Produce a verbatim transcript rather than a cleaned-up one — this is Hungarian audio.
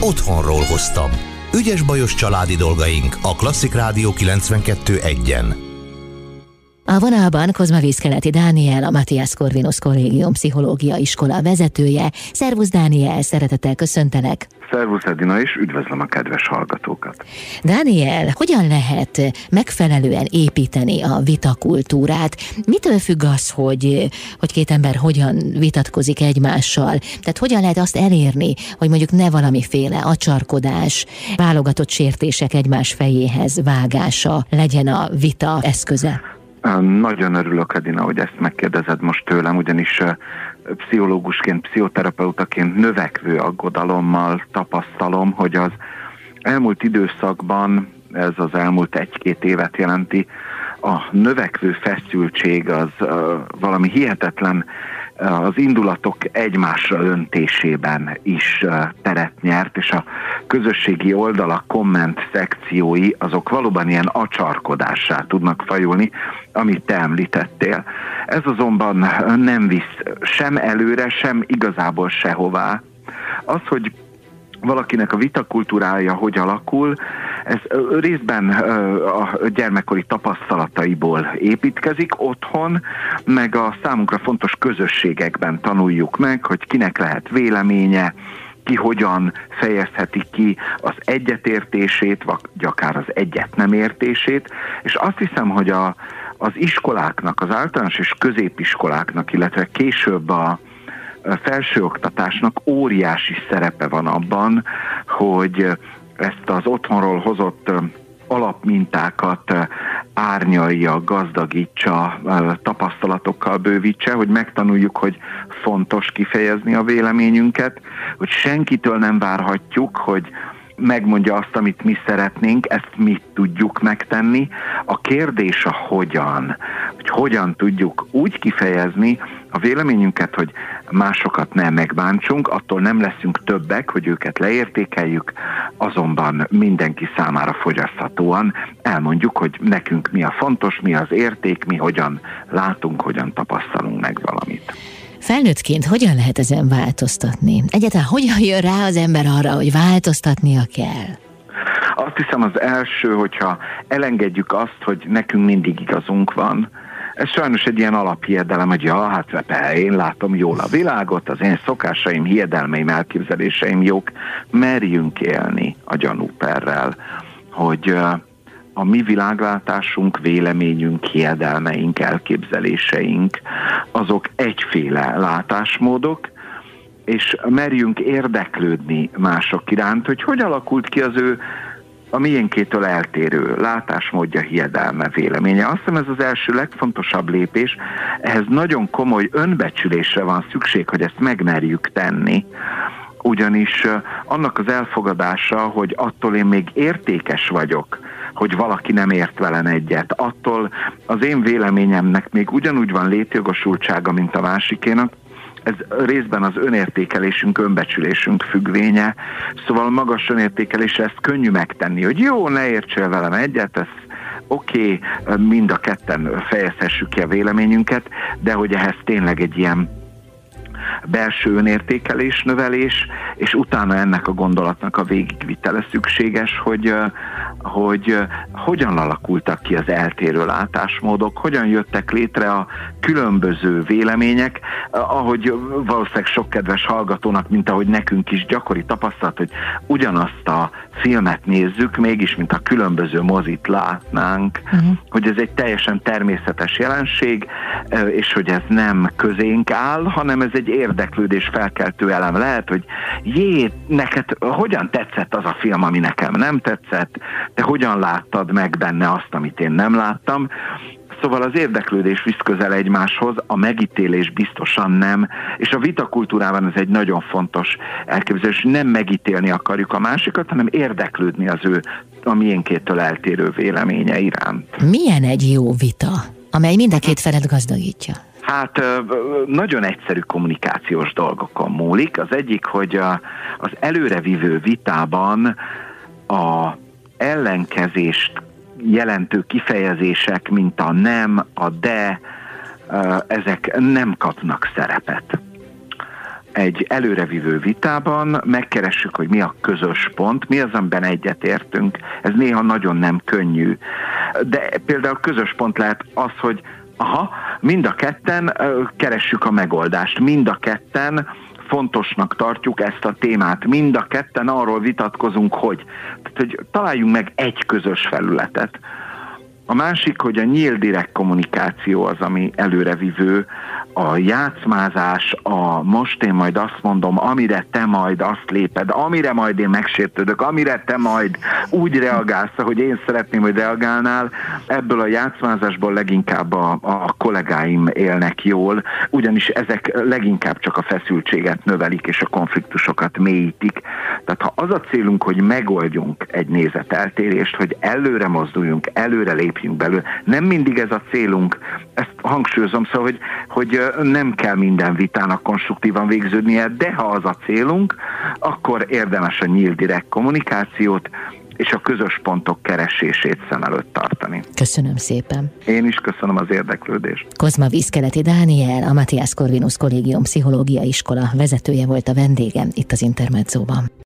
otthonról hoztam. Ügyes-bajos családi dolgaink a Klasszik Rádió kilencvenkettő egyen. A vonalban Kozma Vízkeleti Dániel, a Matthias Corvinus Kollégium Pszichológia Iskola vezetője. Szervusz Dániel, szeretettel köszöntelek! Szervusz Edina, és üdvözlöm a kedves hallgatókat! Dániel, hogyan lehet megfelelően építeni a vitakultúrát? Mitől függ az, hogy, hogy két ember hogyan vitatkozik egymással? Tehát hogyan lehet azt elérni, hogy mondjuk ne valamiféle acsarkodás, válogatott sértések egymás fejéhez vágása legyen a vita eszköze? Nagyon örülök, Edina, hogy ezt megkérdezed most tőlem, ugyanis pszichológusként, pszichoterapeutaként növekvő aggodalommal tapasztalom, hogy az elmúlt időszakban, ez az elmúlt egy-két évet jelenti, a növekvő feszültség az uh, valami hihetetlen, az indulatok egymásra öntésében is uh, teret nyert, és a közösségi oldalak komment szekciói azok valóban ilyen acsarkodássá tudnak fajulni, amit te említettél. Ez azonban nem visz sem előre, sem igazából sehová. Az, hogy valakinek a vitakultúrája hogy alakul, ez részben a gyermekkori tapasztalataiból építkezik otthon, meg a számunkra fontos közösségekben tanuljuk meg, hogy kinek lehet véleménye, ki hogyan fejezheti ki az egyetértését, vagy akár az egyet nem értését, és azt hiszem, hogy a, az iskoláknak, az általános és középiskoláknak, illetve később a felsőoktatásnak óriási szerepe van abban, hogy ezt az otthonról hozott alapmintákat árnyalja, gazdagítsa, tapasztalatokkal bővítse, hogy megtanuljuk, hogy fontos kifejezni a véleményünket, hogy senkitől nem várhatjuk, hogy megmondja azt, amit mi szeretnénk, ezt mi tudjuk megtenni. A kérdés a hogyan, hogy hogyan tudjuk úgy kifejezni a véleményünket, hogy másokat nem megbántsunk, attól nem leszünk többek, hogy őket leértékeljük, azonban mindenki számára fogyaszthatóan elmondjuk, hogy nekünk mi a fontos, mi az érték, mi hogyan látunk, hogyan tapasztalunk meg valamit. Felnőttként hogyan lehet ezen változtatni? Egyáltalán hogyan jön rá az ember arra, hogy változtatnia kell? Azt hiszem, az első, hogyha elengedjük azt, hogy nekünk mindig igazunk van. Ez sajnos egy ilyen alaphiedelem, hogy ja, hát én látom jól a világot, az én szokásaim, hiedelmeim, elképzeléseim jók, merjünk élni a gyanúperrel, hogy a mi világlátásunk, véleményünk, hiedelmeink, elképzeléseink, azok egyféle látásmódok, és merjünk érdeklődni mások iránt, hogy hogy alakult ki az ő a miénkétől eltérő látásmódja, hiedelme, véleménye. Azt hiszem, ez az első legfontosabb lépés. Ehhez nagyon komoly önbecsülésre van szükség, hogy ezt megmerjük tenni. Ugyanis annak az elfogadása, hogy attól én még értékes vagyok, hogy valaki nem ért velem egyet, attól az én véleményemnek még ugyanúgy van létjogosultsága, mint a másikénak, ez részben az önértékelésünk, önbecsülésünk függvénye, szóval magas önértékelésre ezt könnyű megtenni, hogy jó, ne értsél velem egyet, ez oké, okay, mind a ketten fejezhessük ki a véleményünket, de hogy ehhez tényleg egy ilyen belső önértékelés, növelés, és utána ennek a gondolatnak a végigvitele szükséges, hogy, hogy hogyan alakultak ki az eltérő látásmódok, hogyan jöttek létre a különböző vélemények, ahogy valószínűleg sok kedves hallgatónak, mint ahogy nekünk is gyakori tapasztalat, hogy ugyanazt a filmet nézzük, mégis, mint a különböző mozit látnánk, uh-huh. hogy ez egy teljesen természetes jelenség, és hogy ez nem közénk áll, hanem ez egy érdeklődés felkeltő elem lehet, hogy jé, neked hogyan tetszett az a film, ami nekem nem tetszett, te hogyan láttad meg benne azt, amit én nem láttam. Szóval az érdeklődés visz közel egymáshoz, a megítélés biztosan nem, és a vitakultúrában ez egy nagyon fontos elképzelés, nem megítélni akarjuk a másikat, hanem érdeklődni az ő, a miénkétől eltérő véleménye iránt. Milyen egy jó vita, amely mind a két felet gazdagítja? Hát nagyon egyszerű kommunikációs dolgokon múlik. Az egyik, hogy az előrevívő vitában a ellenkezést jelentő kifejezések, mint a nem, a de, ezek nem kapnak szerepet. egy előrevívő vitában megkeressük, hogy mi a közös pont, mi az, amiben egyetértünk. Ez néha nagyon nem könnyű. De például közös pont lehet az, hogy aha, mind a ketten keressük a megoldást, mind a ketten fontosnak tartjuk ezt a témát, mind a ketten arról vitatkozunk, hogy, tehát, hogy találjunk meg egy közös felületet. A másik, hogy a nyílt direkt kommunikáció az, ami előrevívő, a játszmázás, a most én majd azt mondom, amire te majd azt léped, amire majd én megsértődök, amire te majd úgy reagálsz, hogy én szeretném, hogy reagálnál, ebből a játszmázásból leginkább a, a kollégáim élnek jól, ugyanis ezek leginkább csak a feszültséget növelik és a konfliktusokat mélyítik. Tehát ha az a célunk, hogy megoldjunk egy nézeteltérést, hogy előre mozduljunk, előre lépjünk belőle, nem mindig ez a célunk, ezt hangsúlyozom, szóval, hogy, hogy nem kell minden vitának konstruktívan végződnie, de ha az a célunk, akkor érdemes a nyílt direkt kommunikációt és a közös pontok keresését szem előtt tartani. Köszönöm szépen. Én is köszönöm az érdeklődést. Kozma Vízkeleti Dániel, a Matthias Corvinus Kollégium Pszichológia Iskola vezetője volt a vendégem itt az Intermedzóban.